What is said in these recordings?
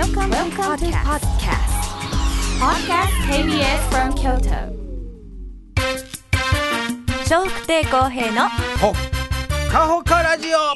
Welcome to podcast. Podcast KBS from Kyoto. 笑福亭公平のほかほかラジオ。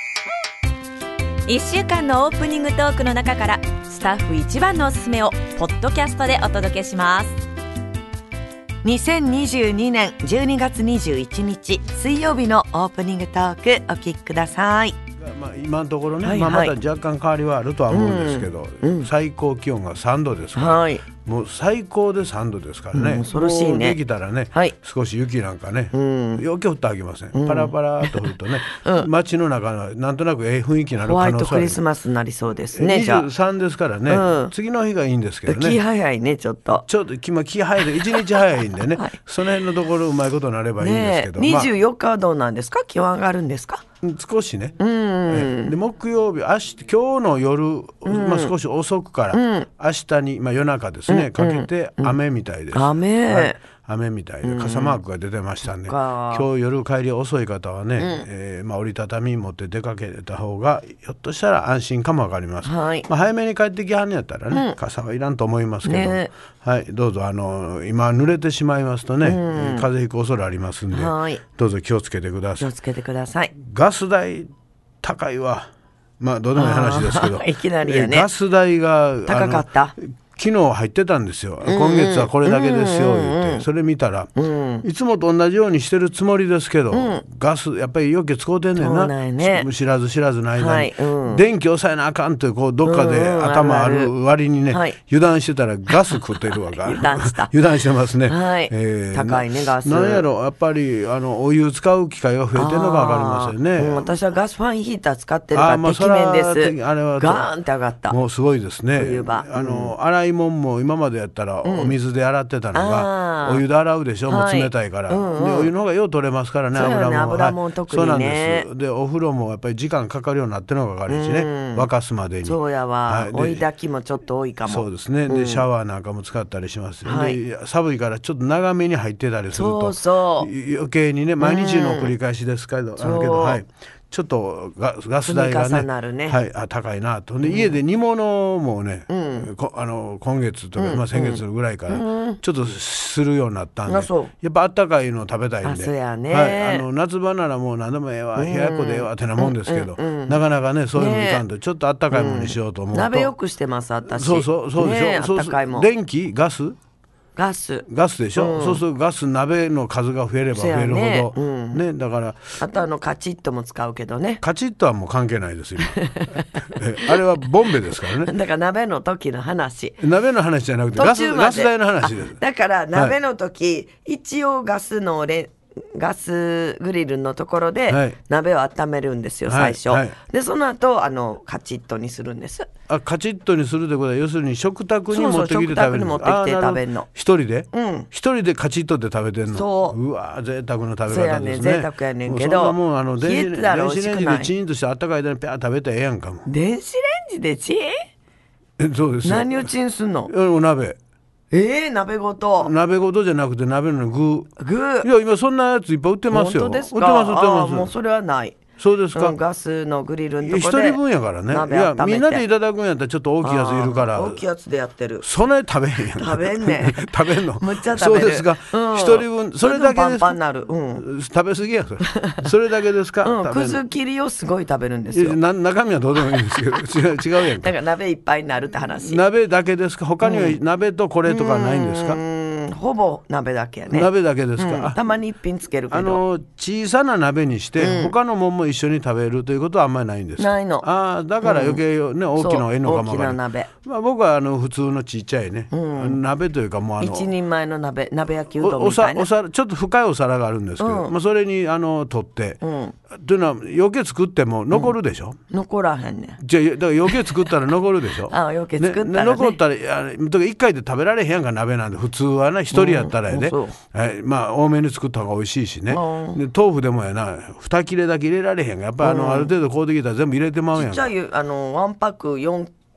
1週間のオープニングトークの中からスタッフ一番のおすすめをポッドキャストでお届けします。2022年12月21日水曜日のオープニングトークお聞きください。 今のところね、 はいはいまた若干変わりはあるとは思うんですけど、最高気温が3度ですから、 はい、 もう最高で3度ですからね、 恐ろしいね。 もうできたらね、 はい、 少し雪なんかね、よく降ってあげません、パラパラと降るとね、街の中のなんとなく雰囲気になるホワイ可能性トクリスマスになりそうですね。じゃあ 23ですからね、次の日がいいんですけどね、 気早いね。ちょっと今気早いで1日早いんでね、はい、その辺のところうまいことになればいいんですけど、 24日はどうなんですか？気温上がるんですか？ 少しね、で木曜日今日の夜、少し遅くから、明日に、夜中ですね、かけて雨みたいです。雨みたいで傘マークが出てましたんで、今日夜帰り遅い方はね、折りたたみ持って出かけた方がひょっとしたら安心かもわかります。早めに帰ってきはんやったらね、傘はいらんと思いますけど、はい、どうぞ今濡れてしまいますとね、風邪ひく恐れありますんで、どうぞ気をつけてください。 気をつけてください。 ガス代高いわ。どうでもいい話ですけど、 いきなりやね、 ガス代が高かった。 昨日入ってたんですよ、今月はこれだけですよ言って、それ見たら、いつもと同じようにしてるつもりですけど、ガスやっぱり余計使うてんねんな、知らず知らずの間に、電気抑えなあかんとこうどっかで頭ある割にね、油断してたらガス食ってるわけ油断してますね、 高いねガス。 なんやろ、やっぱりお湯使う機会が増えてるのが分かりますよね。 私はガスファンヒーター使ってるからてきめんです。 あれはガーンって上がった。 もうすごいですね。 冬場洗い物も今までやったらお水で洗ってたのが、お湯で洗うでしょ、もう冷たいから、でお湯の方がよう取れますからね、 油も特にね、 そうなんです。でお風呂もやっぱり時間かかるようになってるのが分かるしね、沸かすまでに。 そうやわ、追い炊きもちょっと多いかも。 そうですね。でシャワーなんかも使ったりしますよね、で寒いからちょっと長めに入ってたりすると余計にね、毎日の繰り返しですけど、はい、ちょっとガス代がね、はい、高いなと。で家で煮物もね、今月とか、先月ぐらいからちょっとするようになったんで、やっぱあったかいの食べたいんで、夏場ならもう何でもええわ、冷ややっこでええわってなもんですけど、なかなかねそういうのいかんと、ちょっとあったかいものにしようと思うと、 鍋よくしてます私。 そうでしょ、あったかいもん。電気ガスでしょ、そうするとガス鍋の数が増えれば増えるほど、ね、だからあとカチッとも使うけどね。 カチッとはもう関係ないです今あれはボンベですからね。 だから鍋の時の話じゃなくてガス代の話です。 だから鍋の時、一応ガスグリルのところで鍋を温めるんですよ、最初、でその後カチッとにするんです。 カチッとにするということは要するに食卓に持ってきて食べるの。一人でカチッとで食べてんの。うわ贅沢な食べ方ですね。 贅沢やねんけど、 電子レンジでチーンとしてあったかい間にピャー食べたらええやんかも。 電子レンジでチン？ そうですよ。 何をチンすんの？ お鍋。 鍋ごとじゃなくて鍋の具。いや今そんなやついっぱい売ってますよ。 本当ですか？ 売ってます。 もうそれはない。 そうですか、 ガスのグリルのとこで一人分やからね。いやみんなでいただくんやったらちょっと大きいやついるから、 大きいやつでやってる。 それ食べへんやん。 食べんね食べんの。 むっちゃ食べる。 そうですか、一人分それだけですか？ パンパンなる、 食べ過ぎやそれだけですか？ くず切りをすごい食べるんですよ。 中身はどうでもいいんですけど違うやんか。 だから鍋いっぱいになるって話。 鍋だけですか？他には鍋とこれとかないんですか？ ほぼ鍋だけやね。 鍋だけですか？ たまに一品つけるけど、 小さな鍋にして、他のもんも一緒に食べるということはあんまりないんですか？ ないの。 だから余計ね、大きなええのかもわからない。 大きな鍋。 僕は普通のちっちゃいね、鍋というかもう一人前の鍋焼きうどんみたいなちょっと深いお皿があるんですけど、それに取って、というのは余計作っても残るでしょ。 残らへんねん。 じゃあだから余計作ったら残るでしょ余計作ったらね、 残ったら1回で食べられへんやんか。鍋なんで普通はね、一人やったらやで、多めに作った方が美味しいしね。で豆腐でもやな、2切れだけ入れられへんが、やっぱある程度こうできたら全部入れてまうやんか。 ちっちゃいワンパック4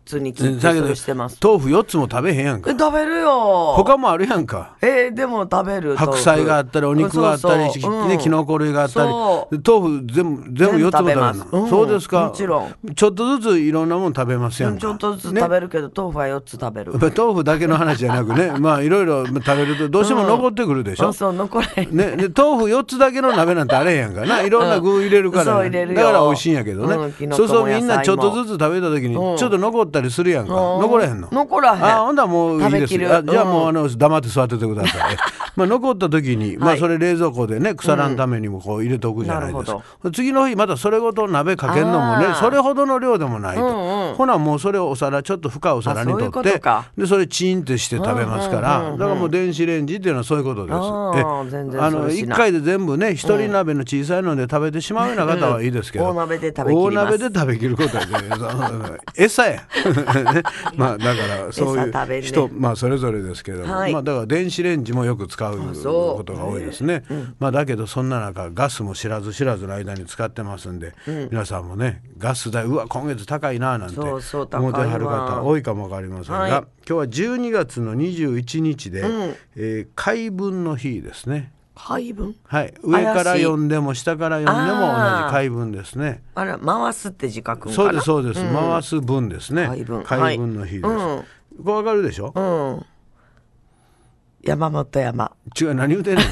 つに切ってそれしてます。 豆腐4つも食べへんやんか。 食べるよ。 他もあるやんか。 でも食べる。 白菜があったりお肉があったり、きのこ類があったり、豆腐全部4つも食べるの。そうですか。 もちろん。 ちょっとずついろんなもの食べますやんか。 ちょっとずつ食べるけど、豆腐は4つ食べる。 豆腐だけの話じゃなくね、まあいろいろ食べるとどうしても残ってくるでしょ。 そう残れね、豆腐4つだけの鍋なんてあれへんやんかな。いろんな具入れるから、だから美味しいんやけどね。そうそう、みんなちょっとずつ食べた時にちょっと残ったりするやんか。残らへんの。 残らへん。 ほんだらもういいです。じゃあもう黙って座っててください。まあ残った時に、まあそれ冷蔵庫でね、腐らんためにもこう入れておくじゃないですか。次の日またそれごと鍋かけるのもね、それほどの量でもないと。ほなもうそれをお皿、ちょっと深いお皿にとって、でそれチンってして食べますから、だからもう電子レンジっていうのはそういうことです。1回で全部ね、一人鍋の小さいので食べてしまうような方はいいですけど、 大鍋で食べきります。 大鍋で食べきることは餌や。まあだからそういう人、まあそれぞれですけども、まあだから電子レンジもよく使うことが多いですね。まあだけどそんな中ガスも知らず知らずの間に使ってますんで、皆さんもね、ガス代今月高いななんて思ってはる方多いかもわかりませんが、今日は12月の21日で海分の日ですね。 海分、 はい、上から読んでも下から読んでも同じ海分ですね。 あれ回すって字書くんかな。 そうですそうです、回す分ですね。海分の日です。これわかるでしょ。 山本山。 違う、何言うてんねん。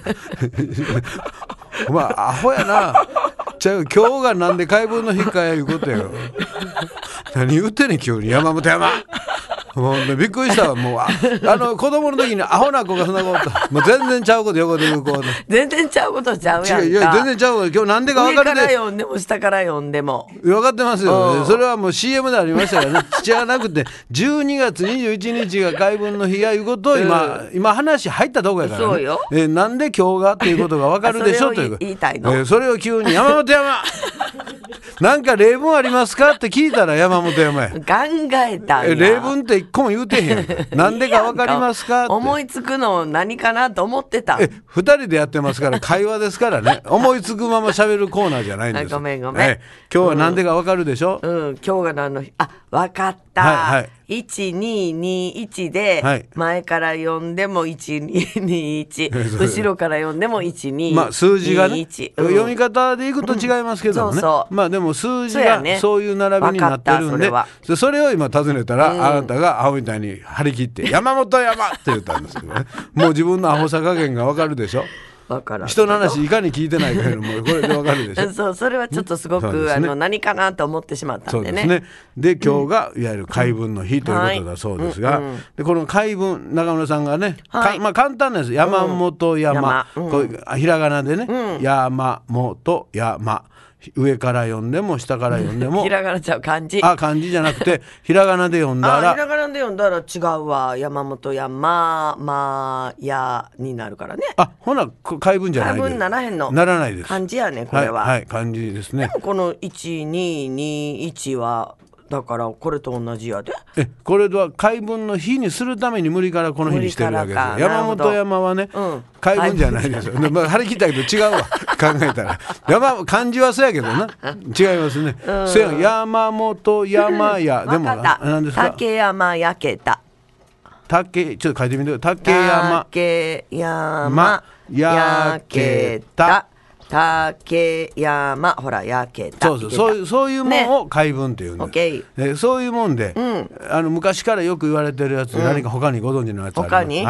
お前アホやな。今日がなんで海分の日かいうことやよ。何言うてんねん急に山本山。もうびっくりしたわ。もう子供の時にアホな子がそんなこともう全然ちゃうこと横で言う子全然ちゃうことちゃうやんか。 いや全然ちゃうこと。今日なんでか分かるで。 上から読んでも下から読んでも分かってますよ、ね、それはもう CM でありましたからね。じゃなくて12月21日が海分の日やいうことを今話入ったとこやからね。 そうよ。 なんで今日がっていうことが分かるでしょという。 言いたいの。 それを急に山本山なんか例文ありますかって聞いたら山本山や。 考えたんや。 例文って一個も言うてへん。なんでか分かりますかって。 思いつくの何かなと思ってた。 2人でやってますから会話ですからね。思いつくまま喋るコーナーじゃないんです。 ごめん。今日はなんでか分かるでしょ。 今日が何の日。分かった。1221で前から読んでも1221、後ろから読んでも1221。 まあ数字がね、読み方でいくと違いますけどもね。まあでも数字がそういう並びになってるんで、それを今尋ねたら、あなたがアホみたいに張り切って山本山って言ったんですけどね。もう自分のアホさ加減が分かるでしょ。人の話いかに聞いてないかよりもこれでわかるでしょ。 そう、それはちょっとすごく何かなと思ってしまったんでね。 そうですね。で今日がいわゆる海分の日ということだそうですが、でこの海分、中村さんがね、まあ簡単なんです。山本山、こうひらがなでね、山本山。上から読んでも下から読んでもひらがなちゃう漢字。 漢字じゃなくてひらがなで読んだらひらがなで読んだら違うわ。山本山やになるからね。 ほな海文じゃないです。 海文ならへんの。 ならないです。 漢字やねこれは。 はい、漢字ですね。 でもこの1221はだからこれと同じやで。 これは海分の日にするために無理からこの日にしてるわけです。山本山はね、海分じゃないですよ。張り切ったけど違うわ。考えたら漢字はそうやけどな、違いますね。山本山やでも何ですか。 竹山焼けた。 ちょっと書いてみて。竹山焼けた。 竹山ほら焼けた。 そういうもんを海分っていうんで、そういうもんで、昔からよく言われてるやつ、何か他にご存知のやつあります？ 他に、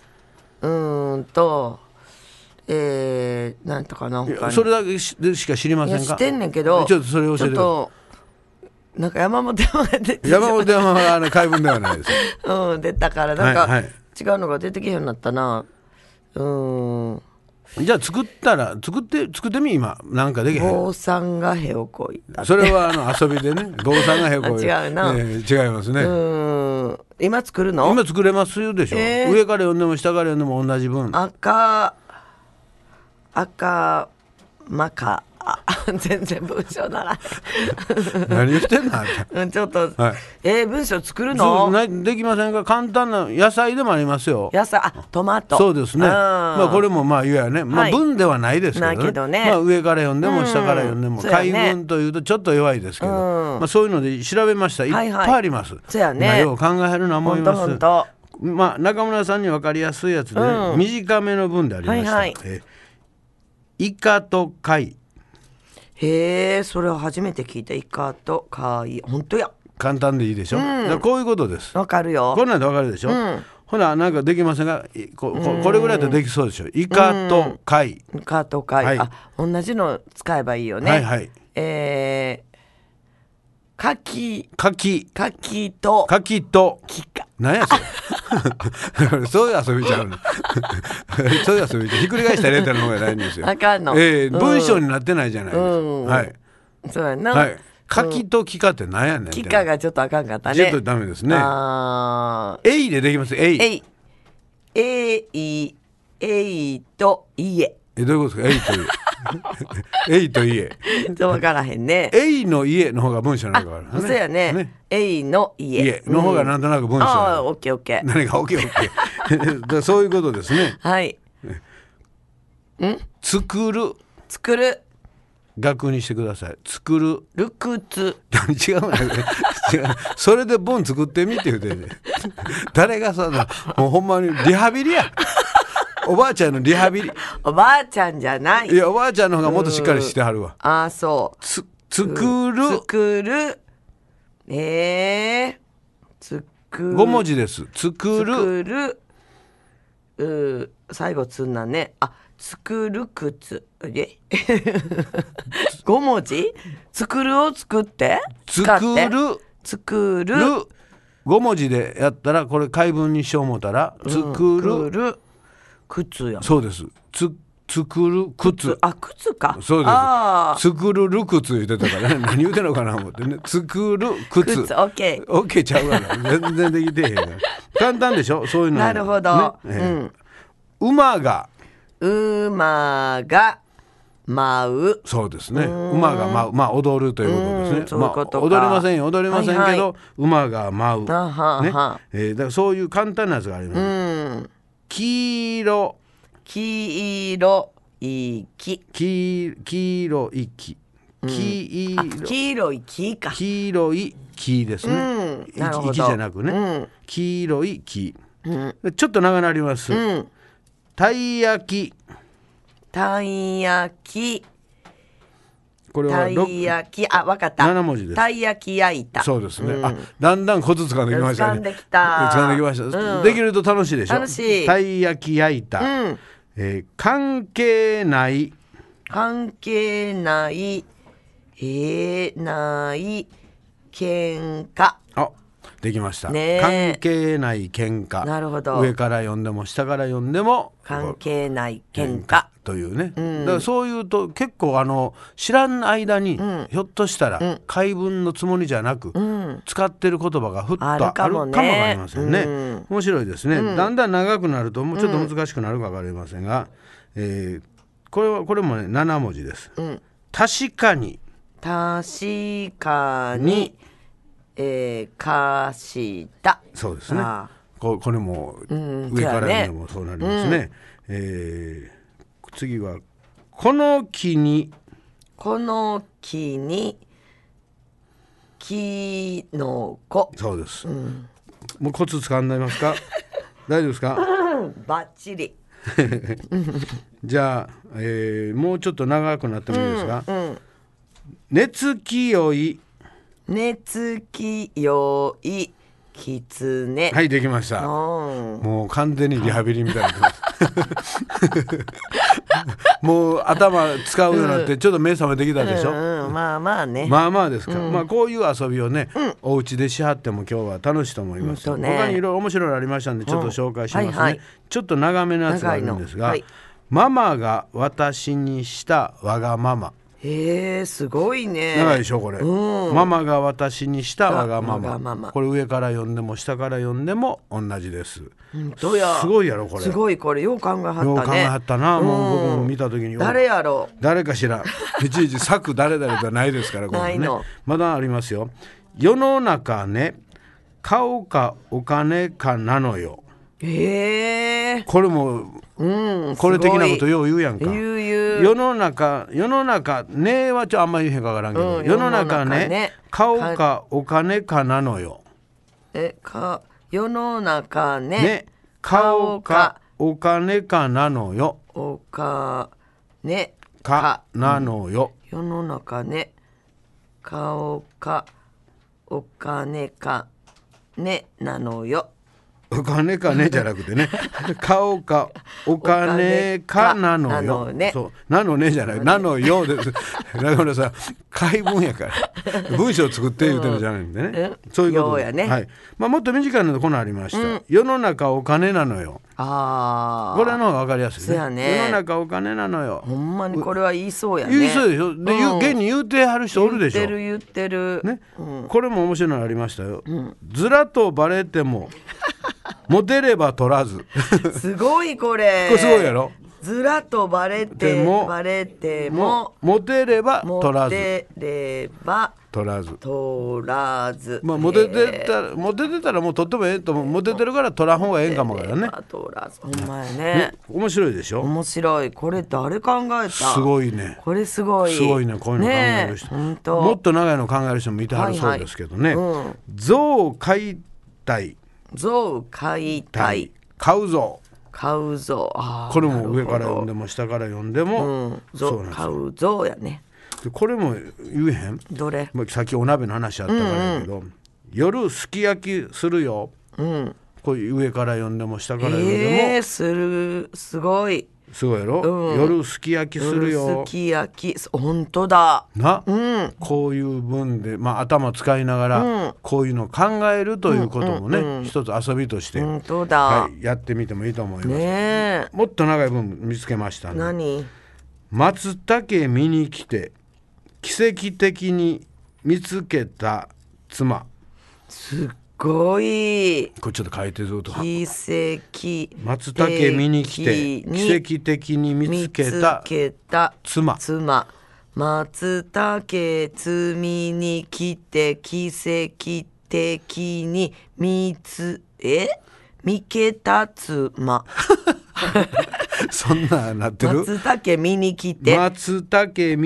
なんとかな、他にそれだけしか知りませんか？ 知ってんねんけど、 ちょっとそれ教えてください。 なんか山本山が出て、 山本山は海分ではないです。 出たからなんか違うのが出てきへんようになったな。じゃあ作ってみ。今なんかできへん。 坊さんがへをこいた。 それは遊びでね。坊さんがへをこいた。 違うな。 違いますね。 今作るの？ 今作れますよでしょ。上から読んでも下から読んでも同じ分。 赤マカ全然文章なら何言ってんのちょっと、はい、文章作るのできませんか。簡単な野菜でもありますよ。 野菜、トマト。 そうですね。まあこれもまあいわゆるね、まあ文ではないですけどね。まあ上から読んでも下から読んでも、回文というとちょっと弱いですけど、まあそういうので調べました。いっぱいあります。 そうやね。 よう考えるな思います。まあ中村さんに分かりやすいやつで短めの文でありました。イカと貝。 へえ、それは初めて聞いた。イカと貝。本当や。 簡単でいいでしょ。こういうことです。 わかるよ。 こんなんでわかるでしょ。ほらなんかできませんが、これぐらいだとできそうでしょ。イカと貝。 イカと貝。あ、同じの使えばいいよね。 はいはい。 柿とキカ。 何やそれそういう遊びちゃうのそういう遊びちゃう。ひっくり返したら0点の方がないんですよ。 あかんの。 文章になってないじゃないですか。はい。 そうやな。 はい。柿とキカって何やねん。 キカがちょっとあかんかったね。 ちょっとダメですね。えいでできます。えいと家。 どういうことですか。えいと家分からへんね。 えいの家の方が文章になるからね。 そうやね。えいの家の方がなんとなく文章になる。 ああ、オッケーオッケー。 何がオッケーオッケーそういうことですね。 はい。 作る逆にしてください。作るルクツ。 違うそれで文作ってみって言うてね誰がそんな、もうほんまにリハビリやおばあちゃんのリハビリ。 おばあちゃんじゃない。 いや、おばあちゃんの方がもっとしっかりしてはるわ。 ああ、そう。 作る5文字です。作る最後つんなね。あ、作る靴5文字。作るを作って作る 5 文字でやったら、これ回文にしよう思ったら、作る靴や。 そうです。作る靴。 あ、靴か。 そうです。作る靴言ってたからね。何言うてんのかな思ってね。作る靴。 オッケー。 オッケーちゃうわな。全然できてへんから。簡単でしょ。そういうの。 なるほど。 馬が舞う。 そうですね。馬が舞う。まあ踊るということですね。まあ踊りませんよ。踊りませんけど、馬が舞う。ね。だからそういう簡単なやつがあります。黄色い木。黄色い木か。黄色い木ですね。息じゃなくね。黄色い木。ちょっと長なります。たい焼き。これはあ、わかった。 7文字です。 たい焼き焼いた。 そうですね。あ、だんだんコツつかんできましたね。 掴んできました。できると楽しいでしょ。 楽しい。 たい焼き焼いた。関係ない喧嘩。あ、できました。関係ない喧嘩。 なるほど。 上から読んでも下から読んでも関係ない喧嘩というね。だからそういうと結構知らん間に、ひょっとしたら回文のつもりじゃなく、使ってる言葉がふっとあるかもわかりませんね。面白いですね。だんだん長くなるともうちょっと難しくなるか分かりませんが、これもね7文字です。確かにかした。 そうですね。これも上から読んでもそうなりますね。次はこの木にきのこ。そうです。もうコツ掴んでますか。大丈夫ですか。 バッチリ。 じゃあ、もうちょっと長くなってもいいですか。寝つきよいきつね。はい、できました。もう完全にリハビリみたいなもう頭使うようになってちょっと目覚めてきたでしょ。 まあまあね。 まあまあですか。まあこういう遊びをね、お家でしはっても今日は楽しいと思います。他にいろいろ面白いのありましたんでちょっと紹介しますね。ちょっと長めのやつがあるんですが、ママが私にしたわがまま。 すごいね。 長いでしょこれ、ママが私にしたわがまま。これ上から読んでも下から読んでも同じです。 どうや。 すごいやろこれ。 すごいこれよう考えはったね。 よう考えはったな。もう僕も見た時に誰やろう。 誰かしら。いちいち作誰々じゃないですからこれね。まだありますよ。世の中ね、顔かお金かなのよ。これも、これ的なことよう言うやんか。世の中ねはあんまり言えへんかわからんけど、世の中ね、顔かお金かなのよ。 世の中ね、 顔かお金かなのよ。 お金かなのよ。 世の中ね、顔かお金かねなのよ。 お金かねじゃなくてね、顔かお金かなのよ。そうなのねじゃない、なのよです。中村さん解文やから文章作って言うてるじゃないんでね、そういうことで、はい。もっと短いのでこのありました、世の中お金なのよ。これの方が分かりやすいね。世の中お金なのよ。 ほんまにこれは言いそうやね。 言いそうでしょ。で、現に言うてはる人おるでしょ。 言ってるね、これも面白いのありましたよ、ずらとバレてもモテれば取らず。 すごいこれ。 これすごいやろ。 ずらとバレてもモテれば取らず。 モテれば取らず。 モテてたらもう取ってもええと思う。モテてるから取らん方がええんかもからね。 取らず。ほんまやね。 面白いでしょ。 面白い。これ誰考えた。 すごいね。 これすごい。 すごいね。こういうの考える人。もっと長いの考える人もいてはるそうですけどね。象を飼いたい。 象飼いたい。 買うぞ。 これも上から読んでも下から読んでも、 買うぞやね。 これも言えへん。 どれ。 さっきお鍋の話あったからやけど、夜すき焼きするよ。こういう上から読んでも下から読んでも、 すごい。 すごいやろ、夜すき焼きするよ。 すき焼き、本当だな、こういう文で、頭使いながら、こういうのを考えるということもね、一つ遊びとして、 本当だ、 やってみてもいいと思います。もっと長い文見つけましたね。 何。 松茸見に来て奇跡的に見つけた妻。 すごい。 これちょっと変えてずっと。 奇跡。 松茸見に来て奇跡的に見つけた妻。 松茸摘みに来て奇跡的に見けた妻。 そんななってる。 松茸見に来て奇跡的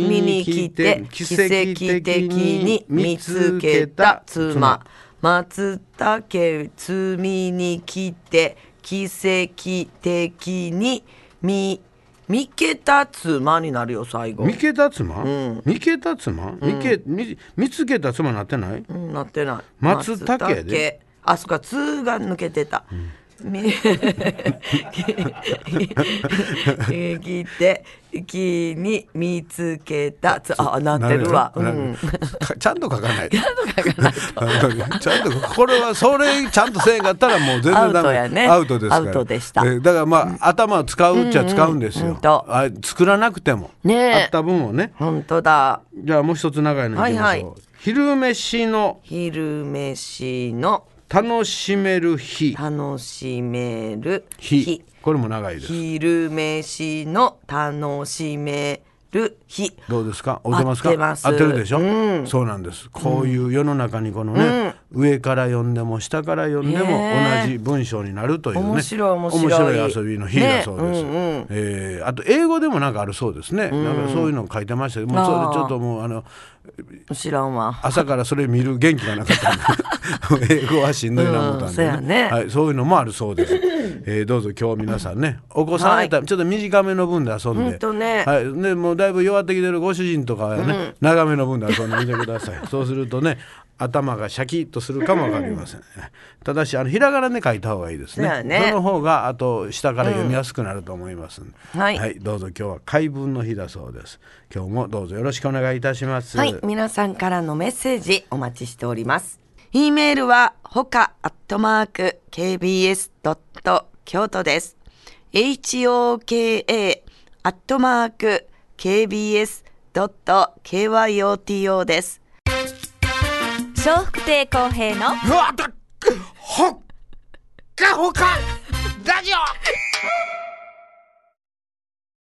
に見つけた妻。松茸摘みに来て奇跡的に見けた妻になるよ最後。 見けた妻、見けた妻、見つけた妻なってない、 なってない。 松茸で、 あ、そっか、つが抜けてた。来て木に見つけたなってるわ、 ちゃんと書かないと。ちゃんとこれはそれちゃんとせんかったらもう全然ダメ。アウトですから。 アウトでした。 だから頭を使うっちゃ使うんですよ。作らなくてもあった分をね。 本当だ。 じゃあもう一つ長いのいきましょう。昼飯の楽しめる日。これも長いです。 昼飯の楽しめる日。 どうですか。合ってますか。合ってるでしょ、そうなんです。こういう世の中にこのね、上から読んでも下から読んでも同じ文章になるというね、面白い遊びの日だそうです。あと英語でもなんかあるそうですね。なんかそういうの書いてましたけど、もうそれちょっともう知らんわ。 朝からそれ見る元気がなかったんで英語はしんどいな思ったんで、はい、そういうのもあるそうです。どうぞ今日皆さんね、お子さんやったらちょっと短めの分で遊んで、はい、ね、もうだいぶ弱ってきてるご主人とかはね、長めの分で遊んでみてください。そうするとね、頭がシャキッとするかもわかりません。ただしひらがなで書いた方がいいですね。その方があと下から読みやすくなると思います。はい、どうぞ今日は解文の日だそうです。今日もどうぞよろしくお願いいたします。 はい、皆さんからのメッセージお待ちしております。E メールはほか@kbs. 京都です。hoka@kbs. KYOTO です。 笑福亭公平のうわっほっかほか